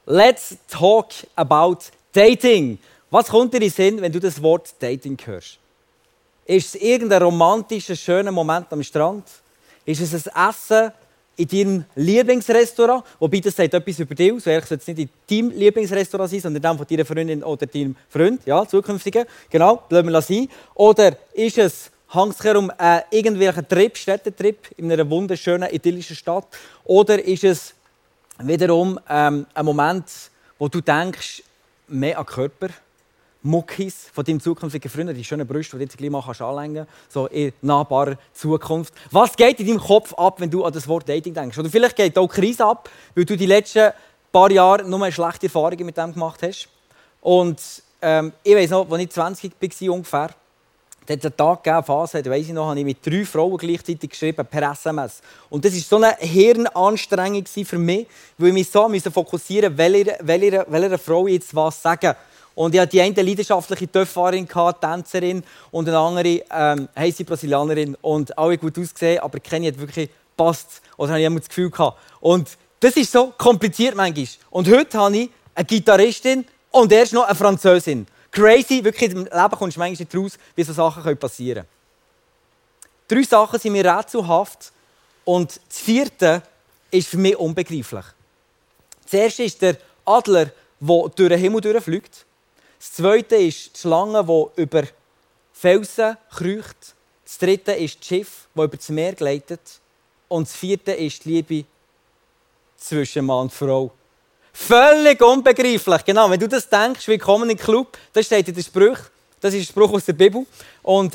Let's talk about dating. Was kommt dir in den Sinn, wenn du das Wort Dating hörst? Ist es irgendein romantischer, schöner Moment am Strand? Ist es ein Essen in deinem Lieblingsrestaurant? Wobei, das sagt etwas über dich aus. Ehrlich gesagt, es nicht in deinem Lieblingsrestaurant sein, sondern dem von deiner Freundin oder deinem Freund, ja, zukünftigen. Genau, lassen wir sein. Oder ist es, hängt es um irgendwelchen Trip, Städtetrip in einer wunderschönen, idyllischen Stadt? Oder ist es wiederum ein Moment, wo du denkst, mehr an Körper, Muckis von deinem zukünftigen Freund, die schönen Brüste, die du jetzt gleich mal anlängen kannst, so in nahbarer Zukunft. Was geht in deinem Kopf ab, wenn du an das Wort Dating denkst? Oder vielleicht geht auch die Krise ab, weil du die letzten paar Jahre nur schlechte Erfahrungen mit dem gemacht hast. Und ich weiss noch, als ich 20 war ungefähr, da hat es einen Tag gegeben, eine Phase, da weiss ich noch, habe ich mit 3 Frauen gleichzeitig geschrieben, per SMS. Und das war so eine Hirnanstrengung für mich, weil ich mich so fokussieren musste, welcher Frau ich jetzt was sagen. Und ich hatte die eine leidenschaftliche Töpffahrerin, Tänzerin, und eine andere heisse Brasilianerin. Und alle gut ausgesehen, aber keine hat wirklich gepasst. Oder habe ich immer das Gefühl gehabt. Und das ist so kompliziert manchmal. Und heute habe ich eine Gitarristin und erst noch eine Französin. Crazy, wirklich im Leben kommst du manchmal nicht raus, wie solche Sachen passieren können. 3 Sachen sind mir rätselhaft und das 4. ist für mich unbegreiflich. Das erste ist der Adler, der durch den Himmel durchfliegt. Das 2. ist die Schlange, die über Felsen kriecht. Das 3. ist das Schiff, das über das Meer gleitet. Und das 4. ist die Liebe zwischen Mann und Frau. Völlig unbegreiflich. Genau, wenn du das denkst, willkommen im Club, das steht in der Spruch. Das ist ein Spruch aus der Bibel. Und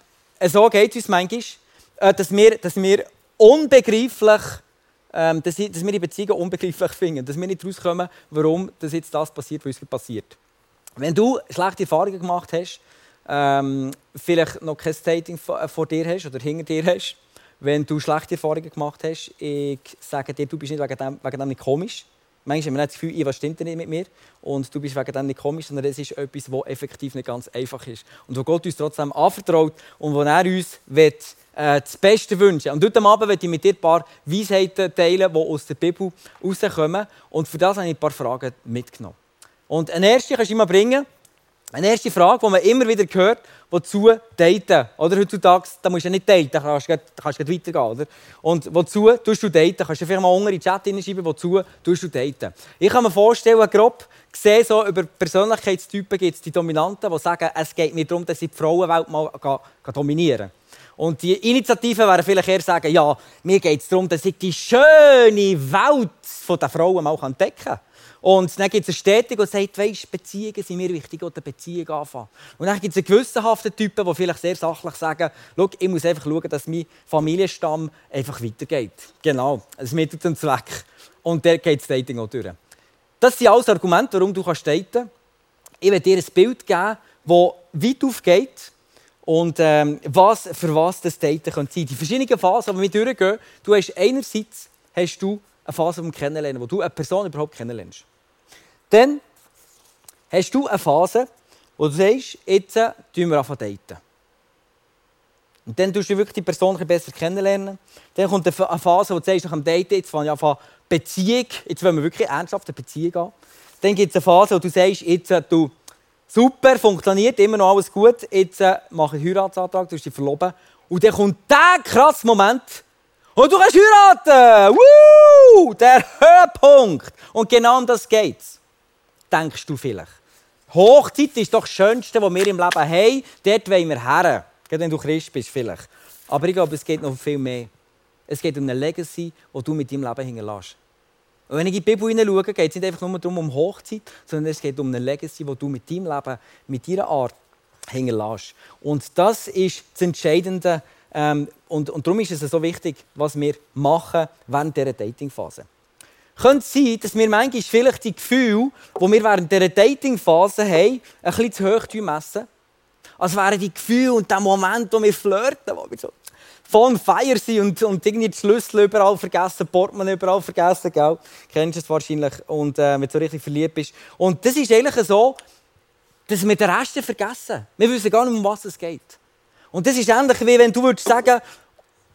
so geht es uns manchmal, dass wir unbegreiflich, dass wir die Beziehungen unbegreiflich finden. Dass wir nicht rauskommen, warum das jetzt das passiert, was uns passiert. Wenn du schlechte Erfahrungen gemacht hast, vielleicht noch kein Dating vor dir hast oder hinter dir hast, wenn du schlechte Erfahrungen gemacht hast, ich sage dir, du bist nicht wegen dem nicht komisch. Manchmal haben wir nicht das Gefühl, was stimmt denn nicht mit mir und du bist wegen dem nicht komisch, sondern es ist etwas, das effektiv nicht ganz einfach ist. Und wo Gott uns trotzdem anvertraut und wo er uns das Beste wünschen. Und heute Abend möchte ich mit dir ein paar Weisheiten teilen, die aus der Bibel rauskommen. Und für das habe ich ein paar Fragen mitgenommen. Und eine erste kannst du immer bringen. Eine erste Frage, die man immer wieder hört, wozu daten? Oder heutzutage, da musst du ja nicht daten, da kannst du weitergehen. Oder? Und wozu tust du daten? Kannst du vielleicht mal unten in den Chat hineinschreiben, wozu tust du daten? Ich kann mir vorstellen, grob gesehen, so über Persönlichkeitstypen gibt es die Dominanten, die sagen, es geht mir darum, dass sie die Frauenwelt mal dominieren. Und die Initiativen werden vielleicht eher sagen, ja, mir geht es darum, dass ich die schöne Welt der Frauen mal entdecken kann. Und dann gibt es eine Stetig, die sagt, weisst, Beziehungen sind mir wichtig, oder Beziehungen anfangen. Und dann gibt es einen gewissenhaften Typen, die vielleicht sehr sachlich sagen, schau, ich muss einfach schauen, dass mein Familienstamm einfach weitergeht. Genau, das Mittel zum Zweck. Und der geht das Dating auch durch. Das sind alles Argumente, warum du daten kannst. Ich werde dir ein Bild geben, das weit aufgeht und für was das Daten sein könnte. Die verschiedenen Phasen, die wir durchgehen, du hast einerseits eine Phase vom Kennenlernen, wo du eine Person überhaupt kennenlernst. Dann hast du eine Phase, wo du sagst, jetzt tun wir anfangen daten. Und dann tust du wirklich die Person besser kennenlernen. Dann kommt eine Phase, wo du sagst, nach dem Daten, jetzt fange ich an Beziehung, jetzt wollen wir wirklich ernsthaft eine Beziehung an. Dann gibt es eine Phase, wo du sagst, jetzt du, super, funktioniert, immer noch alles gut, jetzt mache ich einen Heiratsantrag, du hast dich verloben. Und dann kommt der krasse Moment, und du kannst heiraten! Woo! Der Höhepunkt! Und genau um das geht's. Denkst du vielleicht. Hochzeit ist doch das Schönste, was wir im Leben haben. Dort wollen wir her. Gerade wenn du Christ bist, vielleicht. Aber ich glaube, es geht noch viel mehr. Es geht um eine Legacy, die du mit deinem Leben hinterlässt. Und wenn ich in die Bibel hineinschaue, geht es nicht einfach nur darum, um Hochzeit, sondern es geht um eine Legacy, die du mit deinem Leben, mit deiner Art hinterlässt. Und das ist das Entscheidende. Und darum ist es so wichtig, was wir machen während dieser Datingphase. Könnte es sein, dass wir manchmal vielleicht die Gefühle, die wir während dieser Datingphase haben, ein bisschen zu hoch messen. Als wären die Gefühle und der Moment, wo wir flirten, wo wir so von Feier sind und irgendwie die Schlüssel überall vergessen, Portemonnaie überall vergessen, gell? Kennst du es wahrscheinlich, und wenn du so richtig verliebt bist. Und das ist eigentlich so, dass wir den Rest vergessen. Wir wissen gar nicht, um was es geht. Und das ist ähnlich, wie wenn du würdest sagen,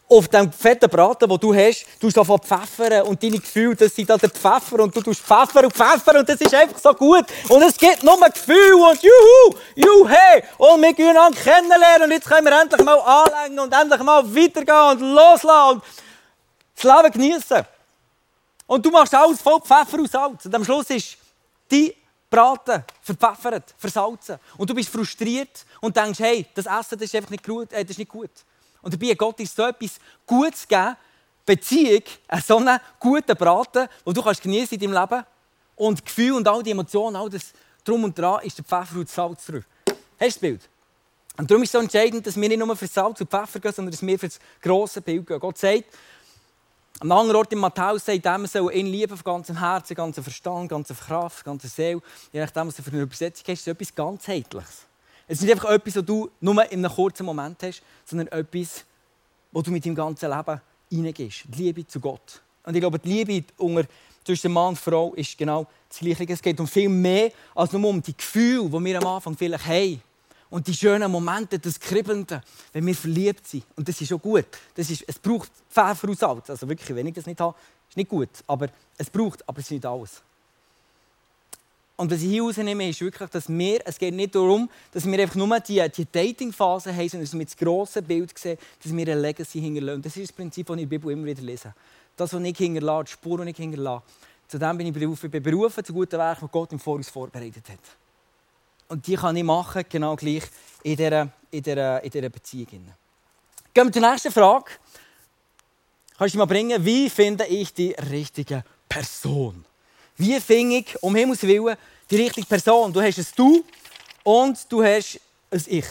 auf dem fetten Braten, den du hast, tust du anfangen pfeffern und deine Gefühle, das sind da der Pfeffer und du tust Pfeffer und das ist einfach so gut. Und es gibt nur Gefühl und juhu, juhe. Und wir können einander kennenlernen und jetzt können wir endlich mal anlängen und endlich mal weitergehen und loslassen und das Leben genießen. Und du machst alles voll Pfeffer und Salz. Und am Schluss ist dein Braten verpfeffert, versalzen. Und du bist frustriert und denkst, hey, das Essen das ist einfach nicht gut. Das ist nicht gut. Und dabei Gott ist so etwas Gutes gegeben, Beziehung, so einen guten Braten, den du genießen in deinem Leben. Und Gefühl und all die Emotionen, all das Drum und Dran ist der Pfeffer und das Salz drauf. Hast du das Bild? Und darum ist es so entscheidend, dass wir nicht nur für Salz und Pfeffer gehen, sondern dass wir für das grosse Bild gehen. Gott sagt, an einem anderen Ort in Matthäus sagt er, man soll ihn lieben von ganzem Herzen, ganzem Verstand, ganzer Kraft, ganzer Seele. Je nachdem, was du für eine Übersetzung hast, ist es etwas Ganzheitliches. Es ist nicht einfach etwas, das du nur in einem kurzen Moment hast, sondern etwas, das du mit deinem ganzen Leben hineingehst. Die Liebe zu Gott. Und ich glaube, die Liebe zwischen Mann und Frau ist genau das Gleiche. Es geht um viel mehr als nur um die Gefühle, die wir am Anfang vielleicht haben. Und die schönen Momente, das Kribbelnde, wenn wir verliebt sind. Und das ist schon gut. Es braucht Pfeffer und Salz. Also wirklich, wenn ich das nicht habe, ist nicht gut. Aber es ist nicht alles. Und was ich hier rausnehme, ist wirklich, dass es geht nicht darum, dass wir einfach nur die Dating-Phase haben, sondern dass wir das grosse Bild sehen, dass wir eine Legacy hinterlassen. Das ist das Prinzip, das ich in der Bibel immer wieder lese. Das, was ich hinterlasse, die Spur, die ich hinterlasse. Zu dem bin ich berufen. Ich bin berufen zu guten Werken, die Gott im Voraus vorbereitet hat. Und die kann ich machen, genau gleich in dieser Beziehung. Gehen wir zur nächsten Frage. Kannst du mal bringen, wie finde ich die richtige Person? Wie finde ich, um Himmels Willen, die richtige Person? Du hast ein Du und du hast ein Ich.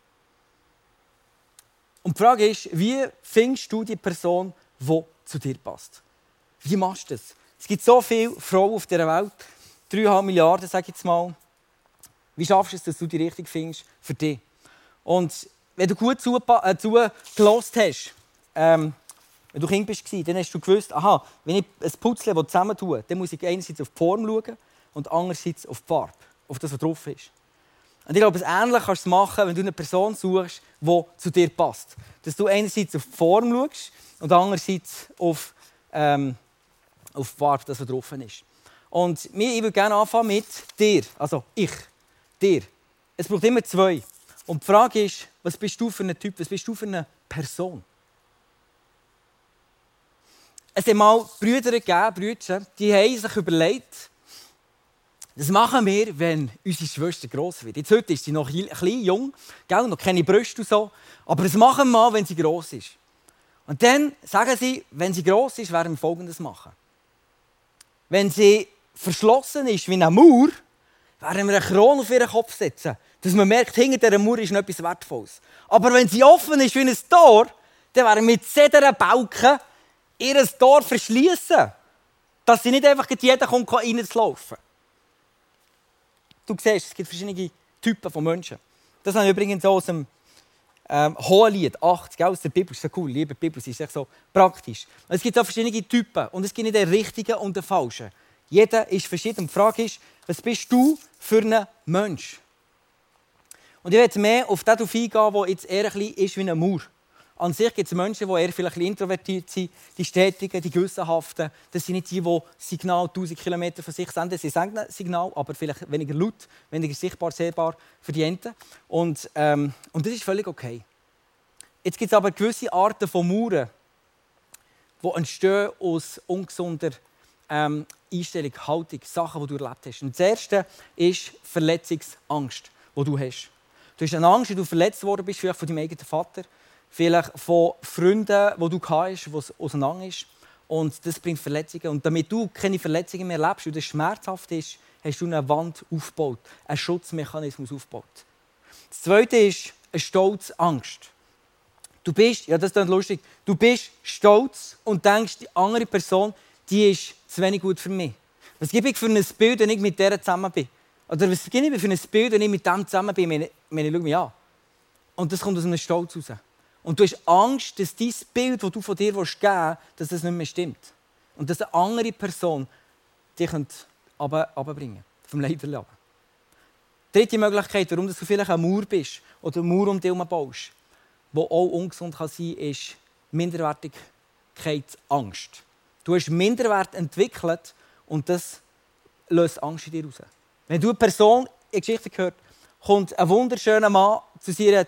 Und die Frage ist, wie findest du die Person, die zu dir passt? Wie machst du das? Es gibt so viele Frauen auf dieser Welt, 3,5 Milliarden, sage ich jetzt mal. Wie schaffst du es, dass du die Richtige findest für dich? Und wenn du gut zugelassen hast, wenn du Kind warst, dann hast du gewusst, aha, wenn ich ein Puzzle zusammen tue, dann muss ich einerseits auf die Form schauen und andererseits auf die Farbe, auf das, was drauf ist. Und ich glaube, das Ähnliche kannst du machen, wenn du eine Person suchst, die zu dir passt. Dass du einerseits auf die Form schaust und andererseits auf die Farbe, das, was drauf ist. Und ich würde gerne anfangen mit dir, also ich, dir. Es braucht immer zwei. Und die Frage ist, was bist du für ein Typ, was bist du für eine Person? Es hat mal Brüder gegeben, die haben sich überlegt, das machen wir, wenn unsere Schwester gross wird. Jetzt heute ist sie noch klein, jung, noch keine Brüste und so. Aber das machen wir mal, wenn sie gross ist. Und dann sagen sie, wenn sie gross ist, werden wir Folgendes machen. Wenn sie verschlossen ist wie eine Mauer, werden wir eine Krone auf ihren Kopf setzen, dass man merkt, hinter dieser Mauer ist noch etwas Wertvolles. Aber wenn sie offen ist wie ein Tor, dann werden wir mit Zedernbalken ihr Tor verschließen, dass sie nicht einfach jeder kommt, reinzulaufen. Du siehst, es gibt verschiedene Typen von Menschen. Das habe ich übrigens aus dem Hohelied 80 aus der Bibel. Das ist so cool, liebe Bibel, sie ist echt so praktisch. Es gibt auch verschiedene Typen und es gibt nicht den richtigen und den falschen. Jeder ist verschieden. Die Frage ist, was bist du für ein Mensch? Und ich will mehr auf das eingehen, der jetzt eher ein bisschen ist wie eine Mauer. An sich gibt es Menschen, die eher vielleicht introvertiert sind, die Stetigen, die Gewissenhaften. Das sind nicht die, die Signal 1000 Kilometer von sich senden. Sie senden Signal, aber vielleicht weniger laut, weniger sichtbar, sehbar für die Enten. Und das ist völlig okay. Jetzt gibt es aber gewisse Arten von Mauern, die entstehen aus ungesunder Einstellung, Haltung, Sachen, die du erlebt hast. Und das erste ist Verletzungsangst, die du hast. Du hast eine Angst, dass du verletzt worden bist, vielleicht von deinem eigenen Vater, vielleicht von Freunden, die du hast, die es auseinander ist. Und das bringt Verletzungen. Und damit du keine Verletzungen mehr erlebst und das schmerzhaft ist, hast du eine Wand aufgebaut, einen Schutzmechanismus aufgebaut. Das zweite ist eine Stolzangst. Du bist, ja, das klingt lustig, du bist stolz und denkst, die andere Person, die ist zu wenig gut für mich. Was gebe ich für ein Bild, wenn ich mit der zusammen bin? Oder was gebe ich für ein Bild, wenn ich mit dem zusammen bin? Ich schau mich an. Und das kommt aus einem Stolz raus. Und du hast Angst, dass dein Bild, das du von dir geben willst, dass das nicht mehr stimmt. Und dass eine andere Person dich runterbringen vom Leiterleben. Dritte Möglichkeit, warum du vielleicht eine Mauer bist oder eine Mauer um dich herum baust, die auch ungesund kann sein kann, ist Minderwertigkeitsangst. Du hast Minderwert entwickelt und das löst Angst in dir aus. Wenn du eine Person in Geschichte hört, kommt ein wunderschöner Mann zu ihrer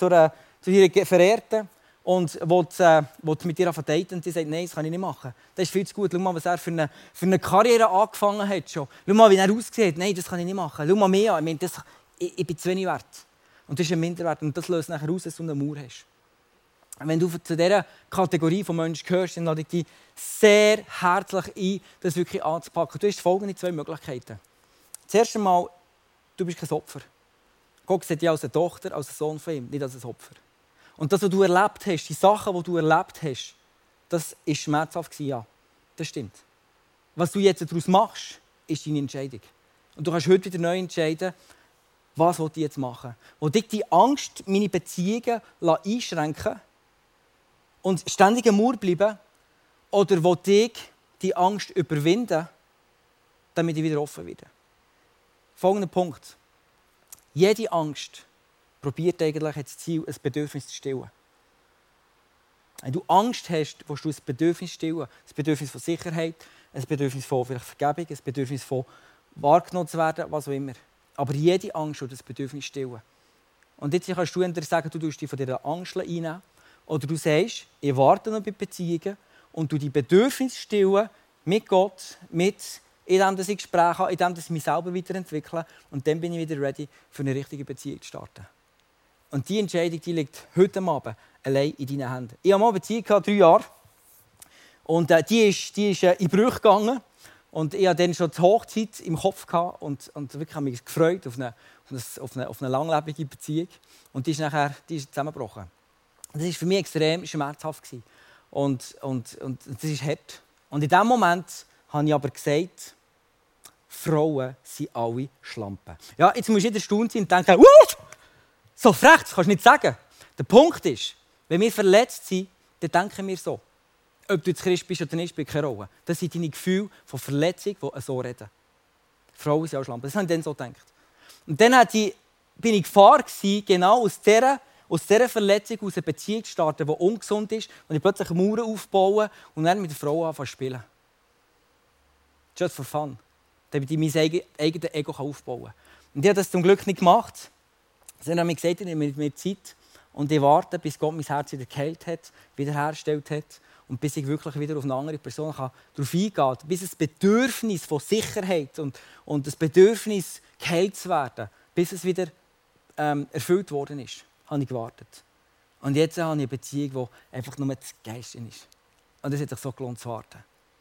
Verehrten und will mit ihr daten und sie sagt, nein, das kann ich nicht machen. Das ist viel zu gut. Schau mal, was er für eine Karriere angefangen hat schon. Schau mal, wie er aussieht. Nein, das kann ich nicht machen. Schau mal mich an. Ich bin zu wenig wert. Und das ist ein Minderwert und das löst nachher aus, dass du eine Mauer hast. Wenn du zu dieser Kategorie von Menschen gehörst, dann lade ich dich sehr herzlich ein, das wirklich anzupacken. Du hast folgende 2 Möglichkeiten. Das erste Mal, du bist kein Opfer. Gott sieht dich als eine Tochter, als einen Sohn von ihm, nicht als ein Opfer. Und das, was du erlebt hast, die Sachen, die du erlebt hast, das war schmerzhaft, ja. Das stimmt. Was du jetzt daraus machst, ist deine Entscheidung. Und du kannst heute wieder neu entscheiden, was ich jetzt machen will. Wo dich die Angst, meine Beziehungen einschränken und ständig am Mauer bleiben, oder wo dich die Angst überwinden, damit ich wieder offen werde. Folgender Punkt. Jede Angst probiert eigentlich das Ziel, ein Bedürfnis zu stillen. Wenn du Angst hast, willst du ein Bedürfnis stillen. Ein Bedürfnis von Sicherheit, ein Bedürfnis von vielleicht Vergebung, ein Bedürfnis von wahrgenommen zu werden, was auch immer. Aber jede Angst will das Bedürfnis stillen. Und jetzt kannst du entweder sagen, du dich von dieser Angst einnehmen, oder du sagst, ich warte noch bei Beziehungen und du die Bedürfnisse stillen mit Gott, indem ich Gespräche habe, indem ich mich selber weiterentwickle. Und dann bin ich wieder ready, für eine richtige Beziehung zu starten. Und diese Entscheidung liegt heute Abend allein in deinen Händen. Ich hatte mal eine Beziehung, 3 Jahre. Und die ist in Brüche gegangen. Und ich hatte dann schon die Hochzeit im Kopf gehabt und wirklich habe mich gefreut auf eine langlebige Beziehung. Und die ist zusammengebrochen. Und das war für mich extrem schmerzhaft. Und das ist hart. Und in diesem Moment habe ich aber gesagt, Frauen sind alle Schlampen. Ja, jetzt musst du nicht erstaunt sein und denken, so frech, das kannst du nicht sagen. Der Punkt ist, wenn wir verletzt sind, dann denken wir so. Ob du jetzt Christ bist oder nicht, spielt keine Rolle. Das sind deine Gefühle von Verletzung, die so reden. Frauen sind auch Schlampen. Das habe ich dann so gedacht. Und dann bin ich Gefahr gewesen, genau aus dieser Verletzung aus einer Beziehung zu starten, die ungesund ist, und ich plötzlich Mauern aufbauen und dann mit der Frau anfangen zu spielen. Just for fun. Damit ich mein eigenes Ego aufbauen kann. Und ich habe das zum Glück nicht gemacht. Dann habe ich gesagt, ich nehme mir Zeit und ich warte, bis Gott mein Herz wieder geheilt hat, wiederhergestellt hat und bis ich wirklich wieder auf eine andere Person darauf eingehen kann. Bis das Bedürfnis von Sicherheit und das Bedürfnis, geheilt zu werden, bis es wieder erfüllt worden ist, habe ich gewartet. Und jetzt habe ich eine Beziehung, die einfach nur das Geiste ist. Und es hat sich so gelohnt zu warten.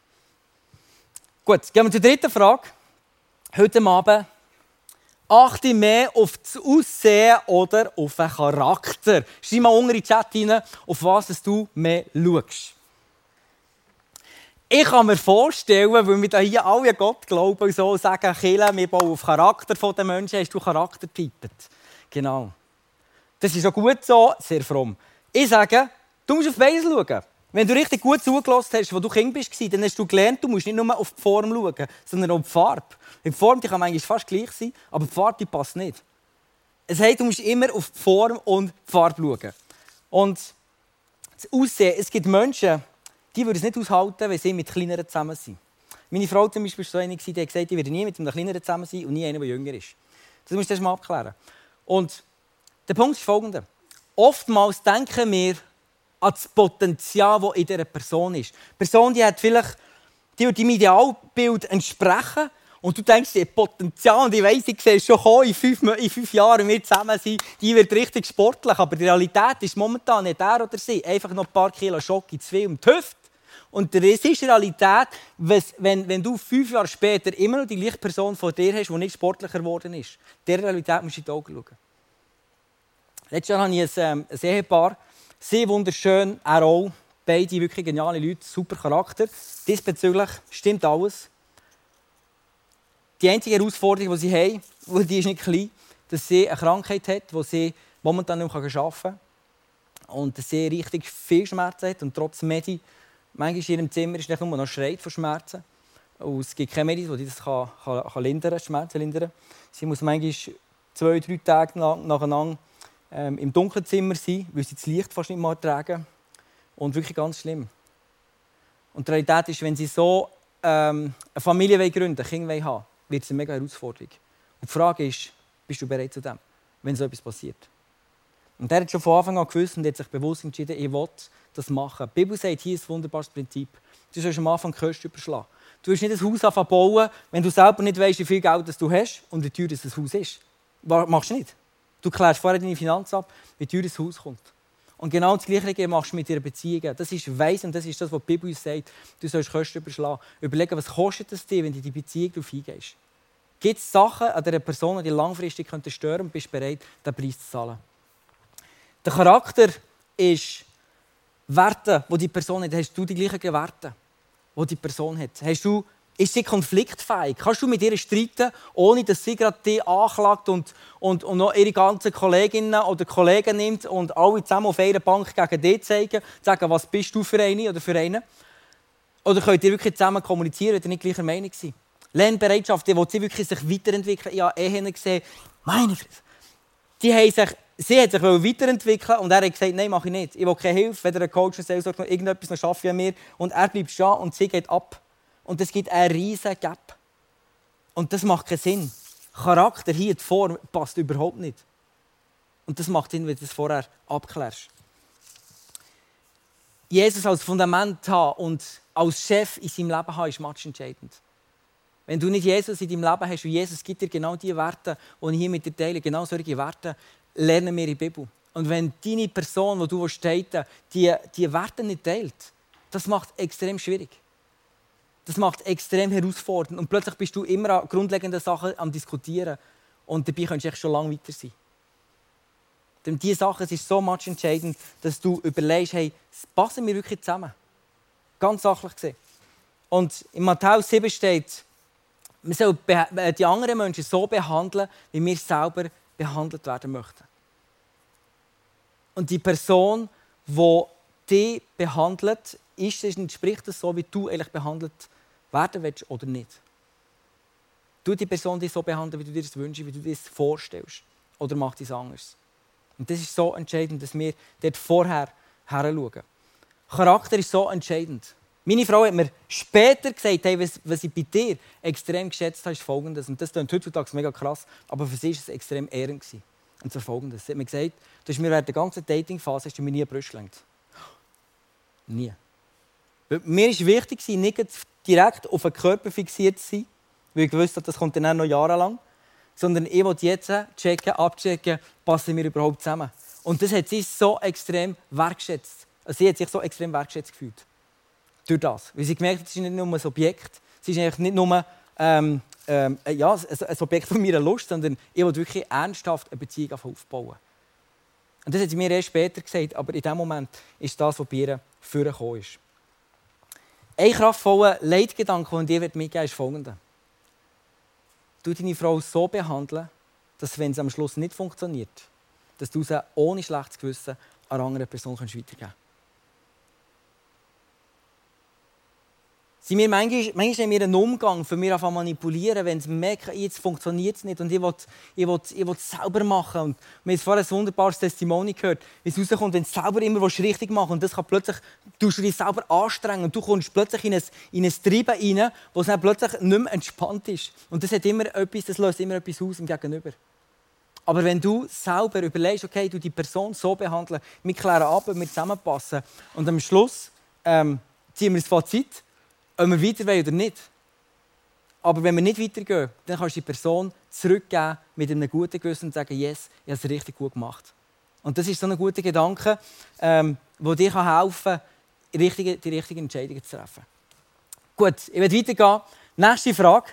Gut, gehen wir zur 3. Frage. Heute Abend. Achte mehr auf das Aussehen oder auf den Charakter. Schreib mal unten in den Chat rein, auf was du mehr schaust. Ich kann mir vorstellen, weil wir hier alle an Gott glauben und so sagen, Kirche, wir bauen auf Charakter der Menschen, hast du Charakter getippt. Genau. Das ist auch gut so, sehr fromm. Ich sage, du musst auf beides schauen. Wenn du richtig gut zugelassen hast, als du Kind warst, dann hast du gelernt, du musst nicht nur auf die Form schauen, sondern auch auf die Farbe. Die Form die kann manchmal fast gleich sein, aber die Farbe die passt nicht. Es heißt, du musst immer auf die Form und die Farbe schauen. Und das Aussehen, es gibt Menschen, die würden es nicht aushalten, wenn sie mit Kleineren zusammen sind. Meine Frau zum Beispiel war so eine, die hat gesagt, ich werde nie mit einem Kleineren zusammen sein und nie einer, der jünger ist. Das musst du erst mal abklären. Und der Punkt ist folgender. Oftmals denken wir an das Potenzial, das in dieser Person ist. Die Person, die hat vielleicht deinem Idealbild entsprechen und du denkst, die hat Potenzial und ich weiss, ich sehe es schon kommen, in 5 Jahren, wenn wir zusammen sind, die wird richtig sportlich. Aber die Realität ist momentan nicht er oder sie. Einfach noch ein paar Kilo Schoki zu viel um die Hüfte. Und das ist die Realität, wenn du 5 Jahre später immer noch die gleiche Person vor dir hast, die nicht sportlicher geworden ist. Dieser Realität musst du in die Augen schauen. Letztes Jahr habe ich ein Ehepaar, sehr wunderschön, er auch. Beide wirklich geniale Leute, super Charakter. Diesbezüglich stimmt alles. Die einzige Herausforderung, die sie haben, die ist nicht klein, dass sie eine Krankheit hat, die sie momentan nicht mehr arbeiten kann. Und dass sie richtig viel Schmerzen hat und trotz Medi, manchmal in ihrem Zimmer ist nicht nur noch schreit von Schmerzen. Und es gibt keine Medi, die das kann Schmerzen lindern. Sie muss manchmal 2-3 Tage nacheinander im dunklen Zimmer sein, weil sie das Licht fast nicht mehr ertragen. Und wirklich ganz schlimm. Und die Realität ist, wenn sie so eine Familie gründen, Kinder haben, wird es eine mega Herausforderung. Und die Frage ist, bist du bereit zu dem, wenn so etwas passiert? Und er hat schon von Anfang an gewusst und hat sich bewusst entschieden, ich will das machen. Die Bibel sagt, hier ist ein wunderbares Prinzip. Du sollst am Anfang die Kosten überschlagen. Du willst nicht ein Haus anfangen bauen, wenn du selber nicht weißt, wie viel Geld du hast und wie teuer das Haus ist. Machst du nicht. Du klärst vorher deine Finanzen ab, wie teuer das Haus kommt. Und genau das Gleiche machst du mit deiner Beziehung. Das ist weise und das ist das, was die Bibel uns sagt. Du sollst Kosten überschlagen. Überlegen, was kostet es dir, wenn du in die Beziehung darauf eingehst. Gibt es Sachen an dieser Person, die langfristig stören könnten und bist bereit, den Preis zu zahlen? Der Charakter ist Werte, die die Person hat. Hast du die gleichen Werte, die die Person hat? Ist sie konfliktfähig? Kannst du mit ihr streiten, ohne dass sie gerade dich anklagt und noch ihre ganzen Kolleginnen oder Kollegen nimmt und alle zusammen auf einer Bank gegen dich zeigen, sagen, was bist du für eine oder für einen? Oder könnt ihr wirklich zusammen kommunizieren, wenn ihr nicht gleicher Meinung seid? Lernbereitschaft, die sie wirklich sich weiterentwickeln. Ich habe Ehen gesehen, meine Fresse, sie hat sich weiterentwickeln und er hat gesagt, nein, mache ich nicht. Ich will keine Hilfe, weder ein Coach, ein Seelsorger noch irgendetwas noch arbeiten an mir. Und er bleibt stehen und sie geht ab. Und es gibt einen riesen Gap. Und das macht keinen Sinn. Charakter hier, die Form, passt überhaupt nicht. Und das macht Sinn, wenn du das vorher abklärst. Jesus als Fundament haben und als Chef in seinem Leben haben, ist matchentscheidend. Wenn du nicht Jesus in deinem Leben hast und Jesus gibt dir genau die Werte, die ich hier mit dir teile, genau solche Werte, lernen wir in der Bibel. Und wenn deine Person, die du daten willst, die Werte nicht teilt, das macht es extrem schwierig. Das macht es extrem herausfordernd. Und plötzlich bist du immer an grundlegenden Sachen am Diskutieren. Und dabei könntest du schon lange weiter sein. Denn diese Sachen sind so entscheidend, dass du überlegst, hey, passen wir wirklich zusammen? Ganz sachlich gesehen. Und in Matthäus 7 steht, wir sollen die anderen Menschen so behandeln, wie wir selber behandelt werden möchten. Und die Person, die dich behandelt, entspricht das so, wie du eigentlich behandelt werden willst oder nicht. Du die Person dich so behandeln, wie du dir das wünschst, wie du dir das vorstellst. Oder macht es anders. Und das ist so entscheidend, dass wir dort vorher hinschauen. Charakter ist so entscheidend. Meine Frau hat mir später gesagt, hey, was ich bei dir extrem geschätzt habe, ist Folgendes. Und das klingt heutzutage mega krass, aber für sie war es extrem ehrend. Und zwar Folgendes. Sie hat mir gesagt, du hast mir während der ganzen Dating-Phase nie eine Brust gelenkt. Nie. Mir war wichtig, nicht direkt auf den Körper fixiert zu sein, weil ich wusste, das kommt dann noch jahrelang. Sondern ich wollte jetzt abchecken, passen wir überhaupt zusammen. Und das hat sie so extrem wertgeschätzt. Also sie hat sich so extrem wertgeschätzt gefühlt. Durch das. Weil sie gemerkt hat, es ist nicht nur ein Objekt. Es ist eigentlich nicht nur ein Objekt von meiner Lust, sondern ich wollte wirklich ernsthaft eine Beziehung aufbauen. Und das hat sie mir erst später gesagt, aber in dem Moment ist das, was bei ihr vorgekommen ist. Ein kraftvoller Leitgedanke, den ich dir mitgeben möchte, ist folgender. Du deine Frau so behandeln, dass, wenn es am Schluss nicht funktioniert, dass du sie ohne schlechtes Gewissen an eine andere Person weitergeben kannst. Manchmal haben wir einen Umgang, für mich zu manipulieren, wenn sie merken, jetzt funktioniert es nicht und ich will es selber machen. Und wir haben vorhin ein wunderbares Testimony gehört, wie es rauskommt, wenn du selber immer richtig machen willst. Und das kann plötzlich, du dich selber anstrengen und du kommst plötzlich in ein Treiben rein, wo es dann plötzlich nicht mehr entspannt ist. Und das löst immer etwas aus im Gegenüber. Aber wenn du selber überlegst, okay, du die Person so behandeln, wir klären ab, wir zusammenpassen und am Schluss ziehen wir das Fazit, ob wir weiter wollen oder nicht. Aber wenn wir nicht weitergehen, dann kannst du die Person zurückgeben mit einem guten Gewissen und sagen, yes, ich habe es richtig gut gemacht. Und das ist so ein guter Gedanke, der dir helfen kann, die richtigen Entscheidungen zu treffen. Gut, ich werde weitergehen. Nächste Frage.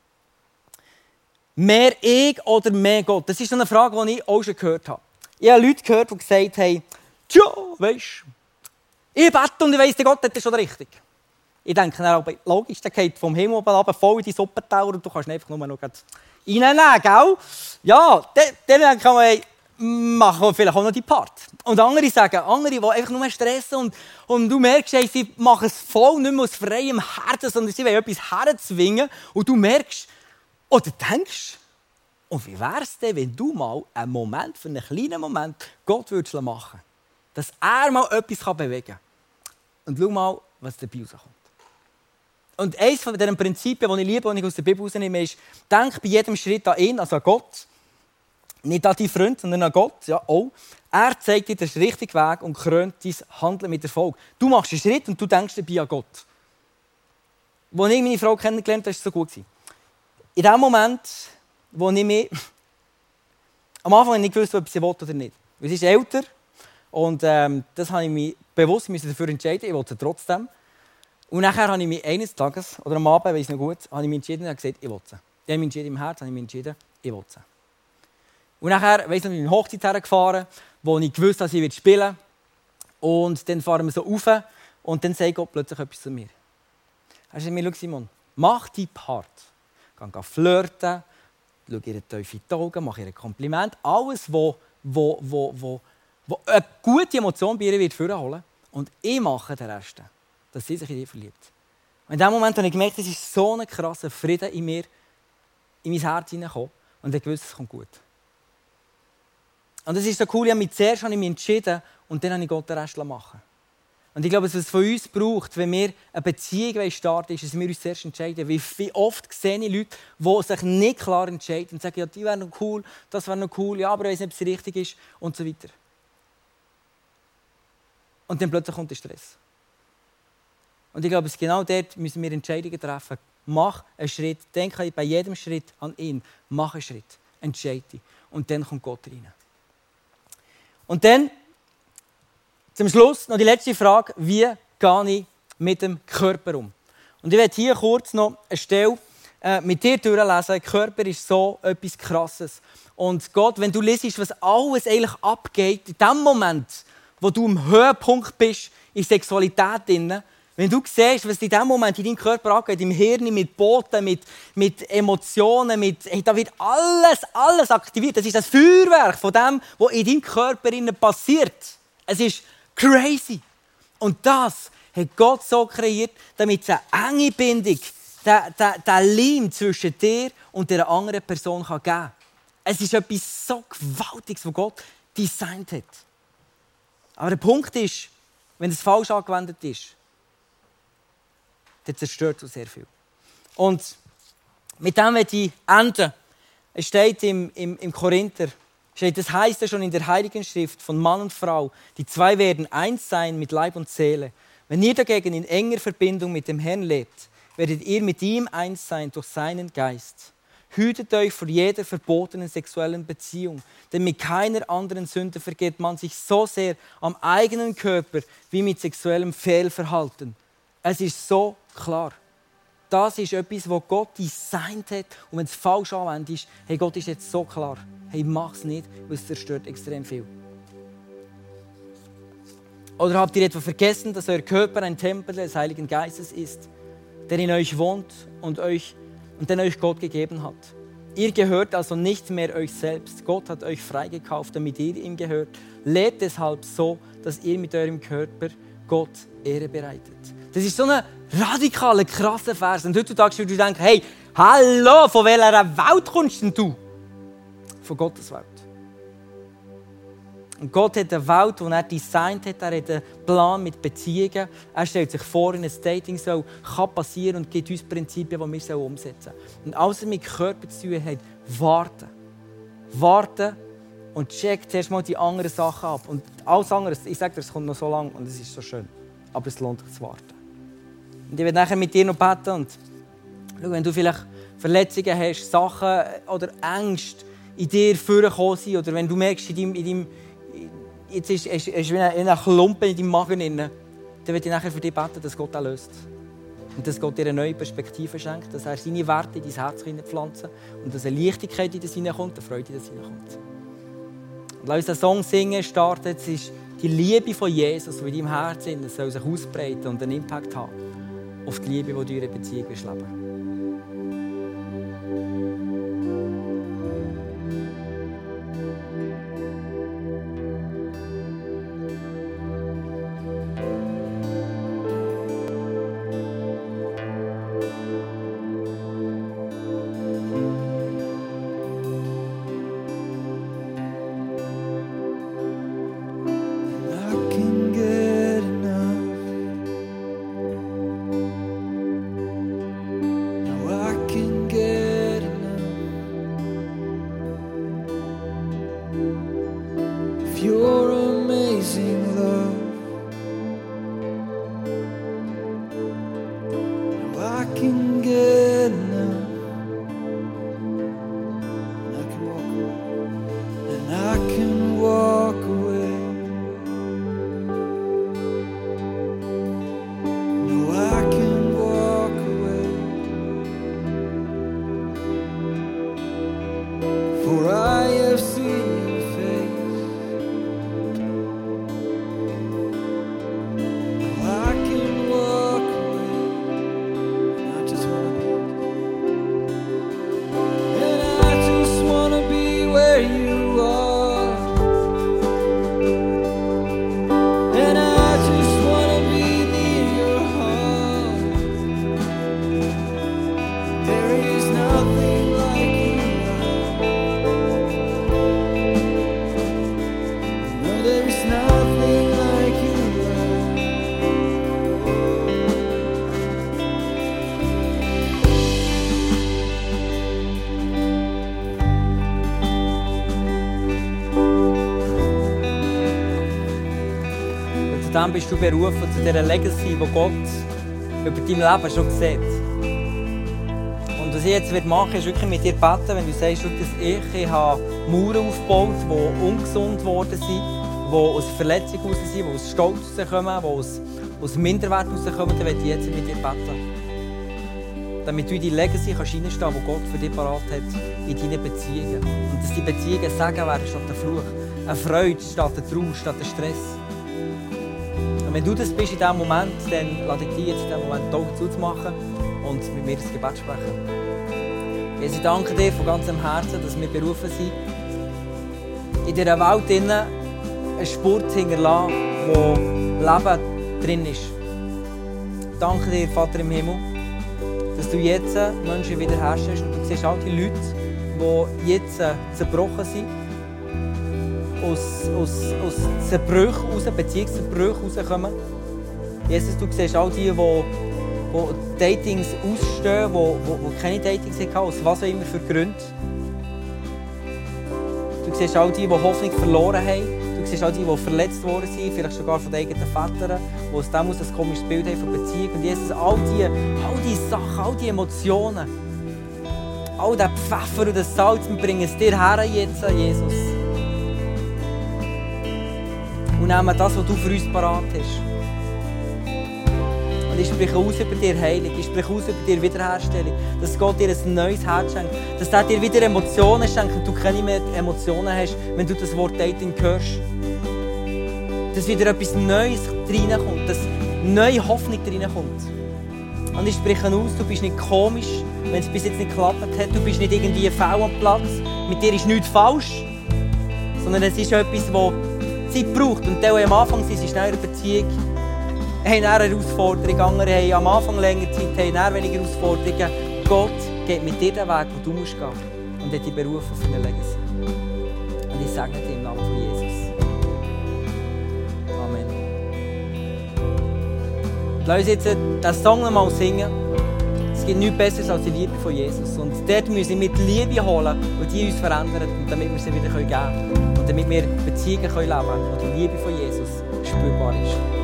Mehr ich oder mehr Gott? Das ist so eine Frage, die ich auch schon gehört habe. Ich habe Leute gehört, die gesagt haben, tja, weisst du, ich bete und ich weiss, der Gott hat das schon richtig. Ich denke, aber logisch, der geht vom Himmel runter voll in die Suppentower und du kannst ihn einfach nur noch reinnehmen, gell? Ja, dann kann man machen vielleicht auch noch die Part. Und andere, die einfach nur stressen und du merkst, hey, sie machen es voll nicht mehr aus freiem Herzen, sondern sie wollen etwas herzwingen und du merkst oder denkst, und wie wäre es denn, wenn du mal einen Moment, für einen kleinen Moment, Gott würdest machen, dass er mal etwas bewegen kann? und schau mal, was dabei rauskommt. Und eines von diesen Prinzipien, die ich liebe, die ich aus der Bibel rausnehme, ist, denk bei jedem Schritt an ihn, also an Gott. Nicht an deinen Freund, sondern an Gott. Ja, auch. Er zeigt dir den richtigen Weg und krönt dein Handeln mit Erfolg. Du machst einen Schritt und du denkst dabei an Gott. Als ich meine Frau kennengelernt habe, war es so gut. In dem Moment, wo ich mich... Am Anfang nicht gewusst, ob ich sie will oder nicht. Sie ist älter und das habe ich mich bewusst dafür entscheiden. Ich wollte sie trotzdem. Und nachher habe ich mich eines Tages, oder am Abend, weiß ich noch gut, habe ich mich entschieden und gesagt, ich will sie. Ich habe mich entschieden im Herzen, habe ich mich entschieden, ich will sie. Und nachher, weiss ich noch, bin ich in eine Hochzeit hergefahren, wo ich gewusst habe, dass ich spielen werde. Und dann fahren wir so rauf und dann sagt Gott plötzlich etwas zu mir. Er sagt mir, schau Simon, mach deinen Part. Geh flirten, schau ihr tief in die Augen, mach ihr ein Kompliment. Alles, wo eine gute Emotion bei ihr wird vorholen. Und ich mache den Rest, dass sie sich in dich verliebt. Und in dem Moment habe ich gemerkt, es ist so ein krasser Frieden in mir, in mein Herz hineingekommen. Und ich wusste, es kommt gut. Und das ist so cool, zuerst habe ich mich entschieden und dann habe ich Gott den Rest machen. Und ich glaube, was es von uns braucht, wenn wir eine Beziehung starten, ist, dass wir uns zuerst entscheiden. Wie oft sehe ich Leute, die sich nicht klar entscheiden und sagen, ja, die wäre noch cool, das wäre noch cool, ja, aber ich weiß nicht, ob es richtig ist und so weiter. Und dann plötzlich kommt der Stress. Und ich glaube, genau dort müssen wir Entscheidungen treffen. Mach einen Schritt, denke bei jedem Schritt an ihn. Mach einen Schritt, entscheide dich. Und dann kommt Gott rein. Und dann, zum Schluss noch die letzte Frage, wie gehe ich mit dem Körper um? Und ich werde hier kurz noch eine Stelle mit dir durchlesen. Der Körper ist so etwas Krasses. Und Gott, wenn du liest, was alles eigentlich abgeht, in dem Moment, wo du am Höhepunkt bist, in Sexualität, wenn du siehst, was in diesem Moment in deinem Körper abgeht, im Hirn, mit Boten, mit Emotionen, da wird alles aktiviert. Das ist das Feuerwerk von dem, was in deinem Körper passiert. Es ist crazy. Und das hat Gott so kreiert, damit es eine enge Bindung, der Leim zwischen dir und der anderen Person geben kann. Es ist etwas so Gewaltiges, was Gott designt hat. Aber der Punkt ist, wenn es falsch angewendet ist, dann zerstört es sehr viel. Und mit dem werde ich enden. Es steht im Korinther, das heißt ja schon in der Heiligen Schrift von Mann und Frau, die zwei werden eins sein mit Leib und Seele. Wenn ihr dagegen in enger Verbindung mit dem Herrn lebt, werdet ihr mit ihm eins sein durch seinen Geist. Hütet euch vor jeder verbotenen sexuellen Beziehung, denn mit keiner anderen Sünde vergeht man sich so sehr am eigenen Körper wie mit sexuellem Fehlverhalten. Es ist so klar. Das ist etwas, was Gott designt hat. Und wenn es falsch anwendet ist, hey, Gott ist jetzt so klar. Hey, mach es nicht, weil es zerstört extrem viel. Oder habt ihr etwa vergessen, dass euer Körper ein Tempel des Heiligen Geistes ist, der in euch wohnt und den euch Gott gegeben hat? Ihr gehört also nicht mehr euch selbst. Gott hat euch freigekauft, damit ihr ihm gehört. Lebt deshalb so, dass ihr mit eurem Körper Gott Ehre bereitet. Das ist so ein radikaler, krasser Vers. Und heutzutage würdest du denken, hey, hallo, von welcher Welt kommst denn du? Von Gottes Welt. Und Gott hat eine Welt, die er designt hat. Er hat einen Plan mit Beziehungen. Er stellt sich vor, in ein Dating kann passieren und gibt uns Prinzipien, die wir umsetzen sollen. Und alles, was mit Körper zu tun hat, warten. Warten und check zuerst mal die anderen Sachen ab. Und alles andere, ich sage dir, es kommt noch so lange und es ist so schön. Aber es lohnt sich zu warten. Und ich werde nachher mit dir noch beten. Und schau, wenn du vielleicht Verletzungen hast, Sachen oder Ängste in dir vorgekommen sind, oder wenn du merkst, jetzt ist wie ein Klumpen in deinem Magen drin, dann werde ich nachher für dich beten, dass Gott das löst. Und dass Gott dir eine neue Perspektive schenkt, dass er seine Werte in dein Herz pflanzen und dass eine Leichtigkeit in das hineinkommt, eine Freude in das hineinkommt. Und lass uns den Song singen, starten. Es ist die Liebe von Jesus, die in deinem Herzen soll sich ausbreiten und einen Impact haben auf die Liebe, die du in einer Beziehung leben willst. for I have seen your face. I can walk away, I just wanna be, and I just wanna be where you are, and I just wanna be near your heart. There is nothing like you. No, there is nothing like you. Und zu dem bist du berufen, zu dieser Legacy, die Gott über dein Leben schon sieht. Und was ich jetzt machen will, ist wirklich mit dir beten, wenn du sagst, dass ich habe Mauern aufgebaut, die ungesund geworden sind, die aus Verletzung heraus sind, die aus Stolz herauskommen, die aus Minderwert herauskommen, dann möchte ich jetzt mit dir beten. Damit du in die Legacy reinstehen kannst, die Gott für dich parat hat in deinen Beziehungen. Und dass die Beziehungen Segen werden statt der Fluch. Eine Freude statt der Trauer, statt der Stress. Und wenn du das bist in diesem Moment, dann lade ich dich jetzt in diesem Moment die Augen zuzumachen und mit mir das Gebet sprechen. Jesus, ich danke dir von ganzem Herzen, dass wir berufen sind, in dieser Welt eine Spur zu hinterlassen, wo Leben drin ist. Ich danke dir, Vater im Himmel, dass du jetzt Menschen wiederherstellst und du siehst all die Leute, die jetzt zerbrochen sind, aus Zerbrüchen raus, Beziehungszerbbrüchen rauskommen. Jesus, du siehst all die Datings ausstehen, die keine Datings hatten, aus was auch immer für Gründen. Du siehst all die Hoffnung verloren haben. Du siehst all die verletzt worden sind, vielleicht sogar von den eigenen Vätern, die aus dem ein komisches Bild haben von Beziehung. Und Jesus, all die Sachen, all die Emotionen, all der Pfeffer und das Salz, wir bringen es dir her jetzt, Jesus. Und nehmen das, was du für uns parat hast. Und ich spreche aus über dir Heilung, ich spreche aus über dir Wiederherstellung, dass Gott dir ein neues Herz schenkt, dass er dir wieder Emotionen schenkt und du keine mehr Emotionen hast, wenn du das Wort Dating hörst. Dass wieder etwas Neues reinkommt, dass neue Hoffnung reinkommt. Und ich spreche aus, du bist nicht komisch, wenn es bis jetzt nicht geklappt hat, du bist nicht irgendwie faul am Platz, mit dir ist nichts falsch, sondern es ist etwas, das Zeit braucht. Und die, die am Anfang sind schneller Beziehung, haben eine Herausforderung, andere haben am Anfang länger Zeit, haben weniger Herausforderungen. Gott geht mit dir den Weg, den du musst gehen musst und hat dich berufen für eine Legacy. Und ich segne dir im Namen von Jesus. Amen. Lass uns jetzt diesen Song noch mal singen. Es gibt nichts Besseres als die Liebe von Jesus. Und dort müssen wir mit Liebe holen, die uns verändert, und damit wir sie wieder geben können. Und damit wir Beziehungen leben können, wo die Liebe von Jesus spürbar ist.